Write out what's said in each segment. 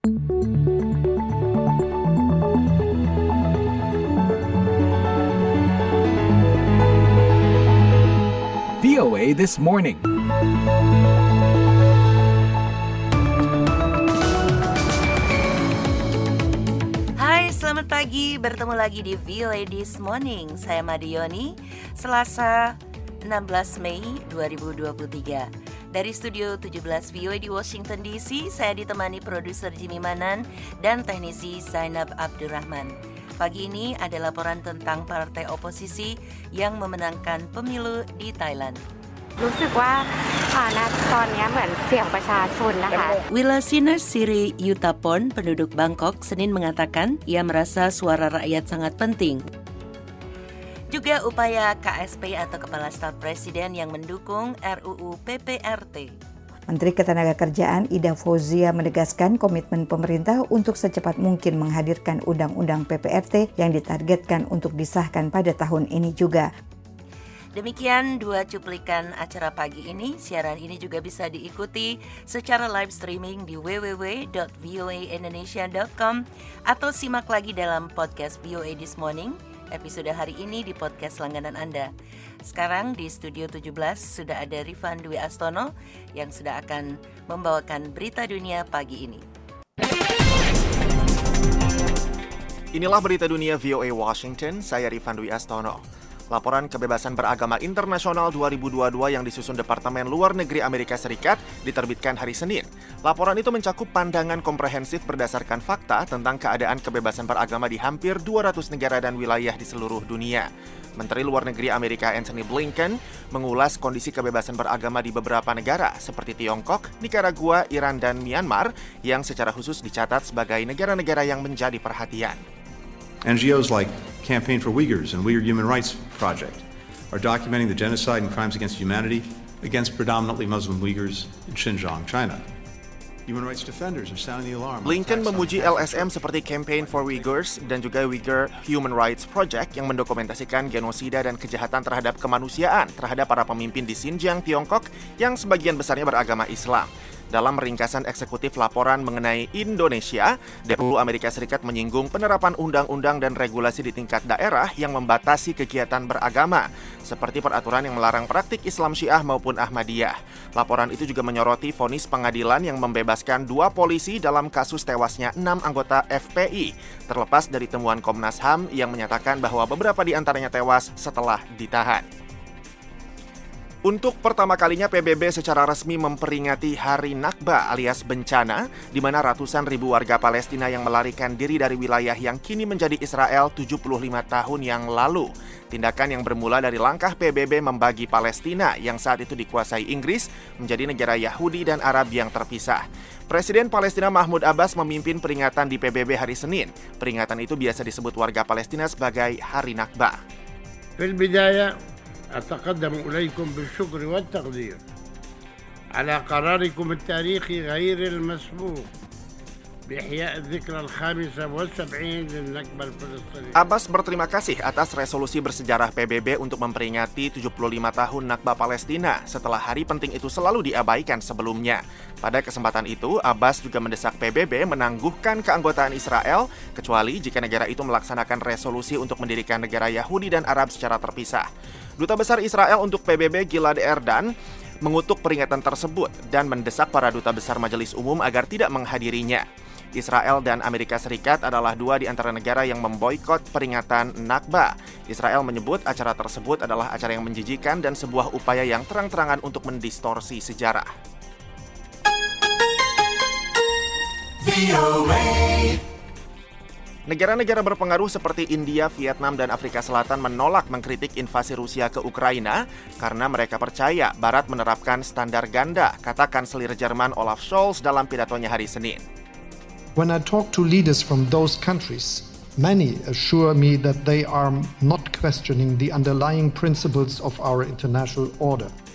VOA This Morning. Hai, selamat pagi. Bertemu lagi di VOA This Morning. Saya Madioni, Selasa 16 Mei 2023. Dari Studio 17 VOA di Washington DC, saya ditemani produser Jimmy Manan dan teknisi Zainab Abdurrahman. Pagi ini ada laporan tentang partai oposisi yang memenangkan pemilu di Thailand. รู้สึกว่าตอนนี้เหมือนเสียงประชาชนนะคะ Wilasina Siri Yutapon, penduduk Bangkok, Senin mengatakan ia merasa suara rakyat sangat penting. Juga upaya KSP atau Kepala Staf Presiden yang mendukung RUU PPRT. Menteri Ketenagakerjaan Ida Fauzia menegaskan komitmen pemerintah untuk secepat mungkin menghadirkan Undang-Undang PPRT yang ditargetkan untuk disahkan pada tahun ini juga. Demikian dua cuplikan acara pagi ini. Siaran ini juga bisa diikuti secara live streaming di www.voaindonesia.com atau simak lagi dalam podcast VOA This Morning, episode hari ini di podcast langganan Anda. Sekarang di Studio 17 sudah ada Rifan Dwi Astono yang sudah akan membawakan berita dunia pagi ini. Inilah berita dunia VOA Washington, saya Rifan Dwi Astono. Laporan Kebebasan Beragama Internasional 2022 yang disusun Departemen Luar Negeri Amerika Serikat diterbitkan hari Senin. Laporan itu mencakup pandangan komprehensif berdasarkan fakta tentang keadaan kebebasan beragama di hampir 200 negara dan wilayah di seluruh dunia. Menteri Luar Negeri Amerika Antony Blinken mengulas kondisi kebebasan beragama di beberapa negara seperti Tiongkok, Nicaragua, Iran, dan Myanmar yang secara khusus dicatat sebagai negara-negara yang menjadi perhatian. NGOs like Campaign for Uyghurs and Uyghur Human Rights Project are documenting the genocide and crimes against humanity against predominantly Muslim Uyghurs in Xinjiang, China. Human rights defenders are sounding the alarm. Blinken memuji LSM seperti Campaign for Uyghurs dan juga Uyghur Human Rights Project yang mendokumentasikan genosida dan kejahatan terhadap kemanusiaan terhadap para pemimpin di Xinjiang, Tiongkok yang sebagian besarnya beragama Islam. Dalam ringkasan eksekutif laporan mengenai Indonesia, DPU Amerika Serikat menyinggung penerapan undang-undang dan regulasi di tingkat daerah yang membatasi kegiatan beragama, seperti peraturan yang melarang praktik Islam Syiah maupun Ahmadiyah. Laporan itu juga menyoroti vonis pengadilan yang membebaskan 2 polisi dalam kasus tewasnya 6 anggota FPI, terlepas dari temuan Komnas HAM yang menyatakan bahwa beberapa di antaranya tewas setelah ditahan. Untuk pertama kalinya PBB secara resmi memperingati Hari Nakba alias bencana, di mana ratusan ribu warga Palestina yang melarikan diri dari wilayah yang kini menjadi Israel 75 tahun yang lalu. Tindakan yang bermula dari langkah PBB membagi Palestina yang saat itu dikuasai Inggris menjadi negara Yahudi dan Arab yang terpisah. Presiden Palestina Mahmud Abbas memimpin peringatan di PBB hari Senin. Peringatan itu biasa disebut warga Palestina sebagai Hari Nakba. أتقدم إليكم بالشكر والتقدير على قراركم التاريخي غير المسبوق بإحياء الذكرى 75 للنكبة الفلسطينية. Abbas berterima kasih atas resolusi bersejarah PBB untuk memperingati 75 tahun Nakba Palestina setelah hari penting itu selalu diabaikan sebelumnya. Pada kesempatan itu, Abbas juga mendesak PBB menangguhkan keanggotaan Israel kecuali jika negara itu melaksanakan resolusi untuk mendirikan negara Yahudi dan Arab secara terpisah. Duta Besar Israel untuk PBB Gilad Erdan mengutuk peringatan tersebut dan mendesak para duta besar Majelis Umum agar tidak menghadirinya. Israel dan Amerika Serikat adalah 2 di antara negara yang memboikot peringatan Nakba. Israel menyebut acara tersebut adalah acara yang menjijikan dan sebuah upaya yang terang-terangan untuk mendistorsi sejarah. Negara-negara berpengaruh seperti India, Vietnam, dan Afrika Selatan menolak mengkritik invasi Rusia ke Ukraina karena mereka percaya Barat menerapkan standar ganda, kata Kanselir Jerman Olaf Scholz dalam pidatonya hari Senin. When I talk to leaders from those countries, many assure me that they are not questioning the underlying principles of our international order.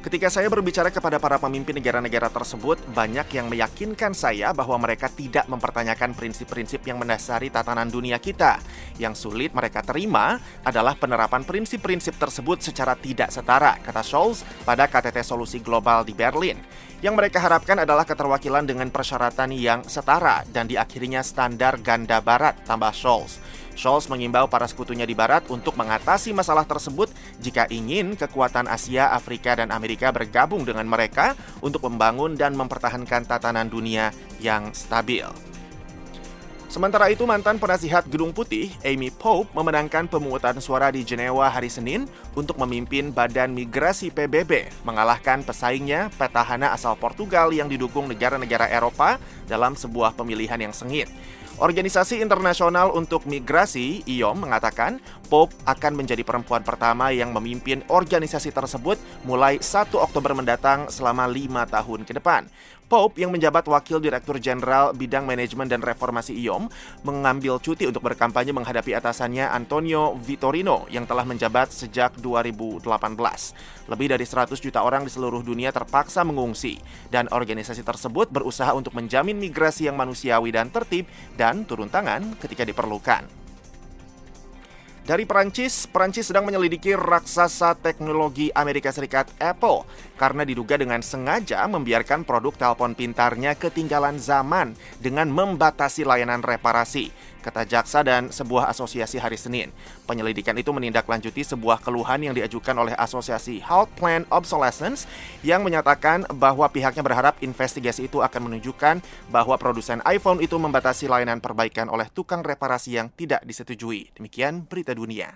Ketika saya berbicara kepada para pemimpin negara-negara tersebut, banyak yang meyakinkan saya bahwa mereka tidak mempertanyakan prinsip-prinsip yang mendasari tatanan dunia kita. Yang sulit mereka terima adalah penerapan prinsip-prinsip tersebut secara tidak setara, kata Scholz pada KTT Solusi Global di Berlin. Yang mereka harapkan adalah keterwakilan dengan persyaratan yang setara dan diakhirinya standar ganda barat, tambah Scholz. Scholz mengimbau para sekutunya di Barat untuk mengatasi masalah tersebut jika ingin kekuatan Asia, Afrika, dan Amerika bergabung dengan mereka untuk membangun dan mempertahankan tatanan dunia yang stabil. Sementara itu, mantan penasihat Gedung Putih, Amy Pope, memenangkan pemungutan suara di Jenewa hari Senin untuk memimpin Badan Migrasi PBB, mengalahkan pesaingnya petahana asal Portugal yang didukung negara-negara Eropa dalam sebuah pemilihan yang sengit. Organisasi Internasional untuk Migrasi, IOM, mengatakan Pope akan menjadi perempuan pertama yang memimpin organisasi tersebut mulai 1 Oktober mendatang selama 5 tahun ke depan. Pope yang menjabat Wakil Direktur Jenderal Bidang Manajemen dan Reformasi IOM mengambil cuti untuk berkampanye menghadapi atasannya Antonio Vitorino yang telah menjabat sejak 2018. Lebih dari 100 juta orang di seluruh dunia terpaksa mengungsi dan organisasi tersebut berusaha untuk menjamin migrasi yang manusiawi dan tertib dan turun tangan ketika diperlukan. Dari Perancis sedang menyelidiki raksasa teknologi Amerika Serikat Apple karena diduga dengan sengaja membiarkan produk telepon pintarnya ketinggalan zaman dengan membatasi layanan reparasi, kata jaksa dan sebuah asosiasi hari Senin. Penyelidikan itu menindaklanjuti sebuah keluhan yang diajukan oleh asosiasi Health Plan Obsolescence yang menyatakan bahwa pihaknya berharap investigasi itu akan menunjukkan bahwa produsen iPhone itu membatasi layanan perbaikan oleh tukang reparasi yang tidak disetujui. Demikian berita dunia.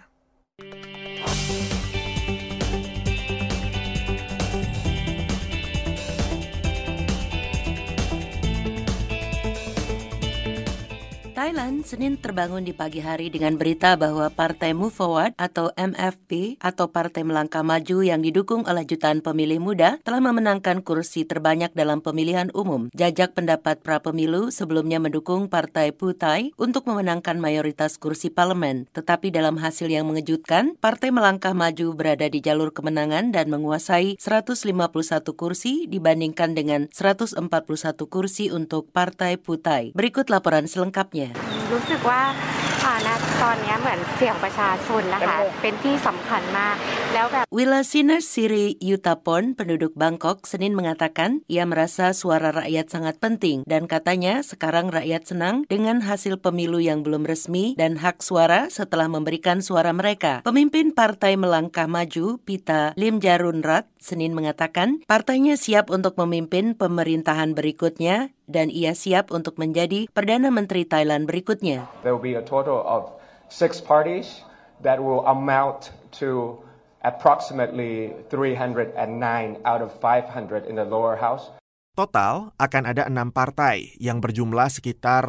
Thailand Senin terbangun di pagi hari dengan berita bahwa Partai Move Forward atau MFP atau Partai Melangkah Maju yang didukung oleh jutaan pemilih muda telah memenangkan kursi terbanyak dalam pemilihan umum. Jajak pendapat pra-pemilu sebelumnya mendukung Partai Pheu Thai untuk memenangkan mayoritas kursi parlemen. Tetapi dalam hasil yang mengejutkan, Partai Melangkah Maju berada di jalur kemenangan dan menguasai 151 kursi dibandingkan dengan 141 kursi untuk Partai Pheu Thai. Berikut laporan selengkapnya. รู้สึกว่าณตอนนี้เหมือนเสียงประชาชนนะคะเป็นที่สำคัญมากแล้วแบบ Wilasina Siri Yutapon, penduduk Bangkok, Senin mengatakan ia merasa suara rakyat sangat penting dan katanya sekarang rakyat senang dengan hasil pemilu yang belum resmi dan hak suara setelah memberikan suara mereka. Pemimpin Partai Melangkah Maju, Pita Limjarunrat, Senin mengatakan partainya siap untuk memimpin pemerintahan berikutnya dan ia siap untuk menjadi Perdana Menteri Thailand berikutnya. There will be a total of 6 parties that will amount to approximately 309 out of 500 in the lower house. Total akan ada 6 partai yang berjumlah sekitar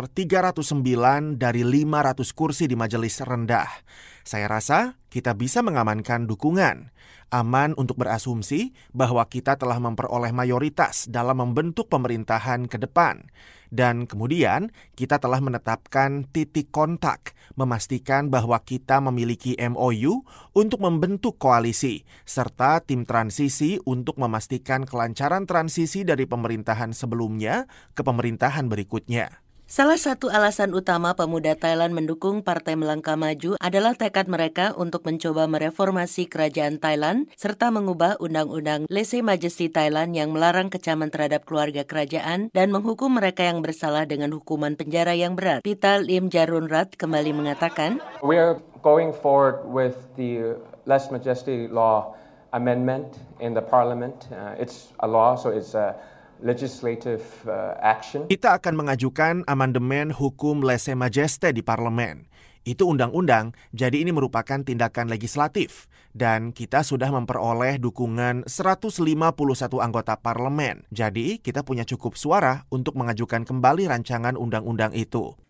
309 dari 500 kursi di majelis rendah. Saya rasa kita bisa mengamankan dukungan. Aman untuk berasumsi bahwa kita telah memperoleh mayoritas dalam membentuk pemerintahan ke depan. Dan kemudian kita telah menetapkan titik kontak, memastikan bahwa kita memiliki MOU untuk membentuk koalisi, serta tim transisi untuk memastikan kelancaran transisi dari pemerintahan sebelumnya ke pemerintahan berikutnya. Salah satu alasan utama pemuda Thailand mendukung Partai Melangkah Maju adalah tekad mereka untuk mencoba mereformasi kerajaan Thailand serta mengubah undang-undang Lese-Majesty Thailand yang melarang kecaman terhadap keluarga kerajaan dan menghukum mereka yang bersalah dengan hukuman penjara yang berat. Pita Limjarunrat kembali mengatakan, We are going forward with the Lese-Majesty Law amendment in the parliament. It's a law, so it's a legislative action. Kita akan mengajukan amandemen hukum Lese-Majesty di parlemen. Itu undang-undang, jadi ini merupakan tindakan legislatif. Dan kita sudah memperoleh dukungan 151 anggota parlemen. Jadi kita punya cukup suara untuk mengajukan kembali rancangan undang-undang itu.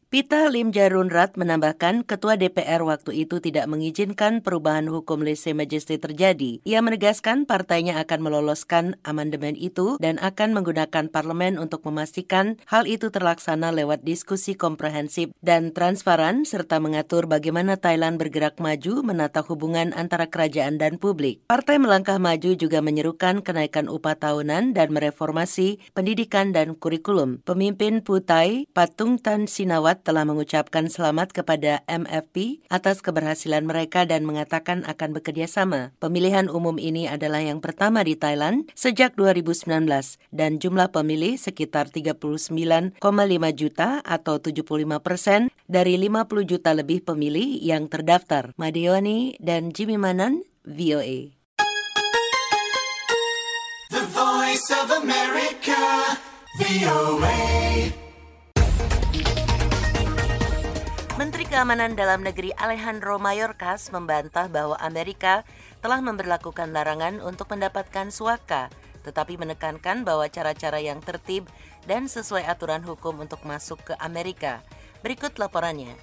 Pita Limjarunrat menambahkan Ketua DPR waktu itu tidak mengizinkan perubahan hukum lese-majesté terjadi. Ia menegaskan partainya akan meloloskan amandemen itu dan akan menggunakan parlemen untuk memastikan hal itu terlaksana lewat diskusi komprehensif dan transparan serta mengatur bagaimana Thailand bergerak maju menata hubungan antara kerajaan dan publik. Partai Melangkah Maju juga menyerukan kenaikan upah tahunan dan mereformasi pendidikan dan kurikulum. Pemimpin Putai, Patung Tan Sinawat, telah mengucapkan selamat kepada MFP atas keberhasilan mereka dan mengatakan akan bekerja sama. Pemilihan umum ini adalah yang pertama di Thailand sejak 2019 dan jumlah pemilih sekitar 39,5 juta atau 75% dari 50 juta lebih pemilih yang terdaftar. Madioni dan Jimmy Manan, VOA. The Voice of America, VOA. Menteri Keamanan Dalam Negeri Alejandro Mayorkas membantah bahwa Amerika telah memberlakukan larangan untuk mendapatkan suaka, tetapi menekankan bahwa cara-cara yang tertib dan sesuai aturan hukum untuk masuk ke Amerika. Berikut laporannya.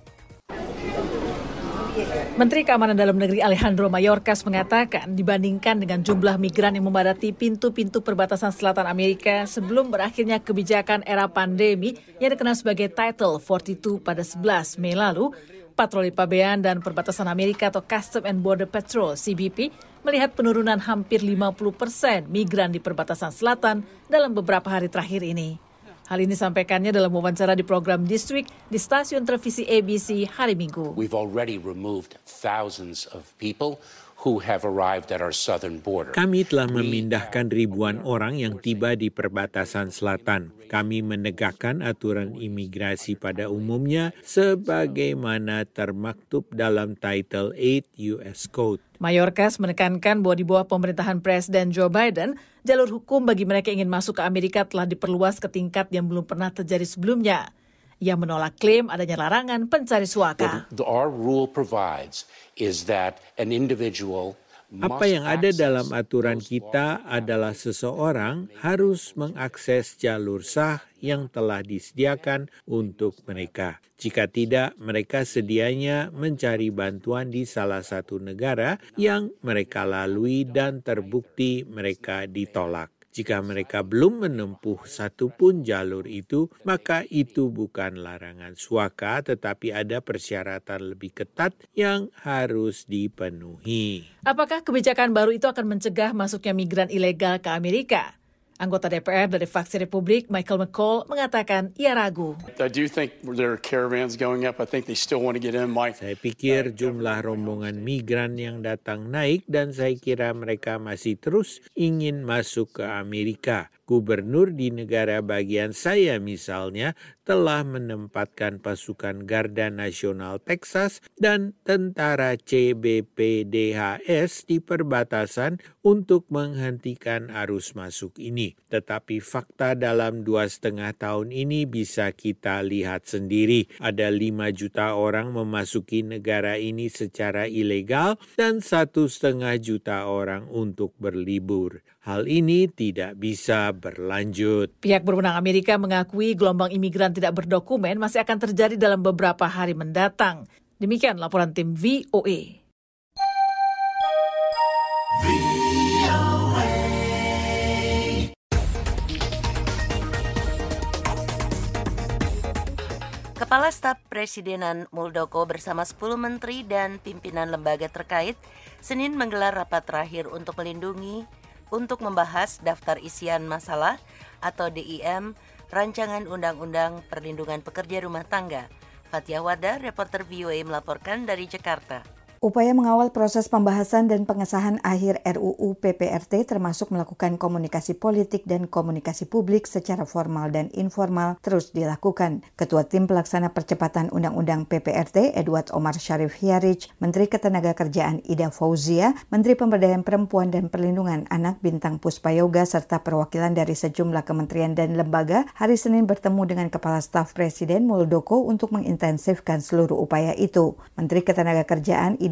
Menteri Keamanan Dalam Negeri Alejandro Mayorkas mengatakan dibandingkan dengan jumlah migran yang memadati pintu-pintu perbatasan selatan Amerika sebelum berakhirnya kebijakan era pandemi yang dikenal sebagai Title 42 pada 11 Mei lalu, Patroli Pabean dan Perbatasan Amerika atau Customs and Border Patrol CBP melihat penurunan hampir 50% migran di perbatasan selatan dalam beberapa hari terakhir ini. Hal ini disampaikannya dalam wawancara di program District di stasiun televisi ABC hari Minggu. We've already removed thousands of people who have arrived at our southern border. Kami telah memindahkan ribuan orang yang tiba di perbatasan selatan. Kami menegakkan aturan imigrasi pada umumnya sebagaimana termaktub dalam Title 8 US Code. Mayorkas menekankan bahwa di bawah pemerintahan Presiden Joe Biden, jalur hukum bagi mereka yang ingin masuk ke Amerika telah diperluas ke tingkat yang belum pernah terjadi sebelumnya. Ia menolak klaim adanya larangan pencari suaka. Our rule provides is that an individual Apa yang ada dalam aturan kita adalah seseorang harus mengakses jalur sah yang telah disediakan untuk mereka. Jika tidak, mereka sedianya mencari bantuan di salah satu negara yang mereka lalui dan terbukti mereka ditolak. Jika mereka belum menempuh satupun jalur itu, maka itu bukan larangan suaka, tetapi ada persyaratan lebih ketat yang harus dipenuhi. Apakah kebijakan baru itu akan mencegah masuknya migran ilegal ke Amerika? Anggota DPR dari fraksi Republik, Michael McCall, mengatakan ia ragu. Saya pikir jumlah rombongan migran yang datang naik dan saya kira mereka masih terus ingin masuk ke Amerika. Gubernur di negara bagian saya misalnya telah menempatkan pasukan Garda Nasional Texas dan tentara CBP-DHS di perbatasan untuk menghentikan arus masuk ini. Tetapi fakta dalam 2,5 tahun ini bisa kita lihat sendiri. Ada 5 juta orang memasuki negara ini secara ilegal dan 1,5 juta orang untuk berlibur. Hal ini tidak bisa berlanjut. Pihak berwenang Amerika mengakui gelombang imigran tidak berdokumen masih akan terjadi dalam beberapa hari mendatang. Demikian laporan tim VOA. Kepala Staf Presidenan Muldoko bersama 10 menteri dan pimpinan lembaga terkait Senin menggelar rapat terakhir untuk membahas daftar isian masalah atau DIM Rancangan Undang-Undang Perlindungan Pekerja Rumah Tangga. Fathia Wardah, reporter VOA melaporkan dari Jakarta. Upaya mengawal proses pembahasan dan pengesahan akhir RUU PPRT termasuk melakukan komunikasi politik dan komunikasi publik secara formal dan informal terus dilakukan. Ketua Tim Pelaksana Percepatan Undang-Undang PPRT, Edward Omar Sharif Hiarij, Menteri Ketenagakerjaan Ida Fauzia, Menteri Pemberdayaan Perempuan dan Perlindungan Anak Bintang Puspayoga, serta perwakilan dari sejumlah kementerian dan lembaga hari Senin bertemu dengan Kepala Staf Presiden Muldoko untuk mengintensifkan seluruh upaya itu. Menteri Ketenagakerjaan Ida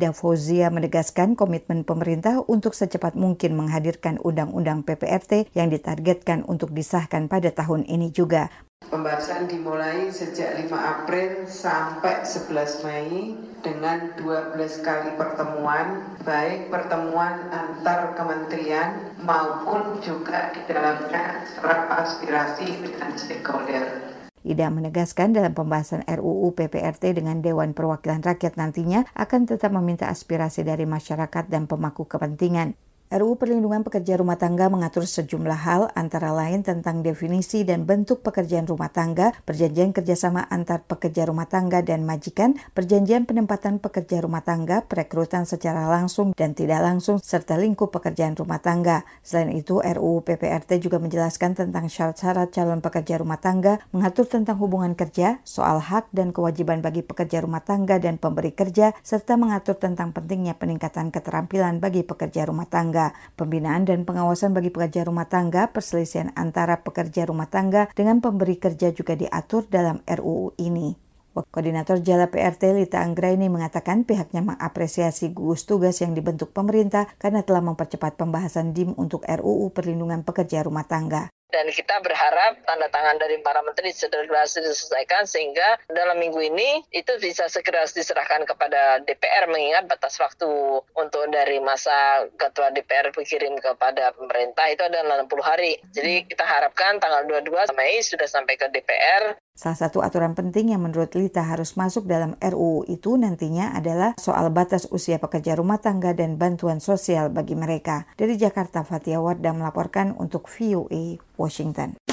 Ida Fauzia menegaskan komitmen pemerintah untuk secepat mungkin menghadirkan undang-undang PPRT yang ditargetkan untuk disahkan pada tahun ini juga. Pembahasan dimulai sejak 5 April sampai 11 Mei dengan 12 kali pertemuan, baik pertemuan antar kementerian maupun juga di dalamnya serap aspirasi dengan stakeholder. Ida menegaskan dalam pembahasan RUU PPRT dengan Dewan Perwakilan Rakyat nantinya akan tetap meminta aspirasi dari masyarakat dan pemangku kepentingan. RUU Perlindungan Pekerja Rumah Tangga mengatur sejumlah hal antara lain tentang definisi dan bentuk pekerjaan rumah tangga, perjanjian kerjasama antar pekerja rumah tangga dan majikan, perjanjian penempatan pekerja rumah tangga, perekrutan secara langsung dan tidak langsung, serta lingkup pekerjaan rumah tangga. Selain itu, RUU PPRT juga menjelaskan tentang syarat-syarat calon pekerja rumah tangga, mengatur tentang hubungan kerja, soal hak dan kewajiban bagi pekerja rumah tangga dan pemberi kerja, serta mengatur tentang pentingnya peningkatan keterampilan bagi pekerja rumah tangga. Pembinaan dan pengawasan bagi pekerja rumah tangga, perselisihan antara pekerja rumah tangga dengan pemberi kerja juga diatur dalam RUU ini. Koordinator Jala PRT Lita Anggraini mengatakan pihaknya mengapresiasi gugus tugas yang dibentuk pemerintah karena telah mempercepat pembahasan DIM untuk RUU Perlindungan Pekerja Rumah Tangga. Dan kita berharap tanda tangan dari para menteri segera diselesaikan sehingga dalam minggu ini itu bisa segera diserahkan kepada DPR mengingat batas waktu untuk dari masa ketua DPR berkirim kepada pemerintah itu adalah 60 hari. Jadi kita harapkan tanggal 22 Mei sudah sampai ke DPR. Salah satu aturan penting yang menurut Lita harus masuk dalam RUU itu nantinya adalah soal batas usia pekerja rumah tangga dan bantuan sosial bagi mereka. Dari Jakarta, Fatia Wardah melaporkan untuk VOA Washington.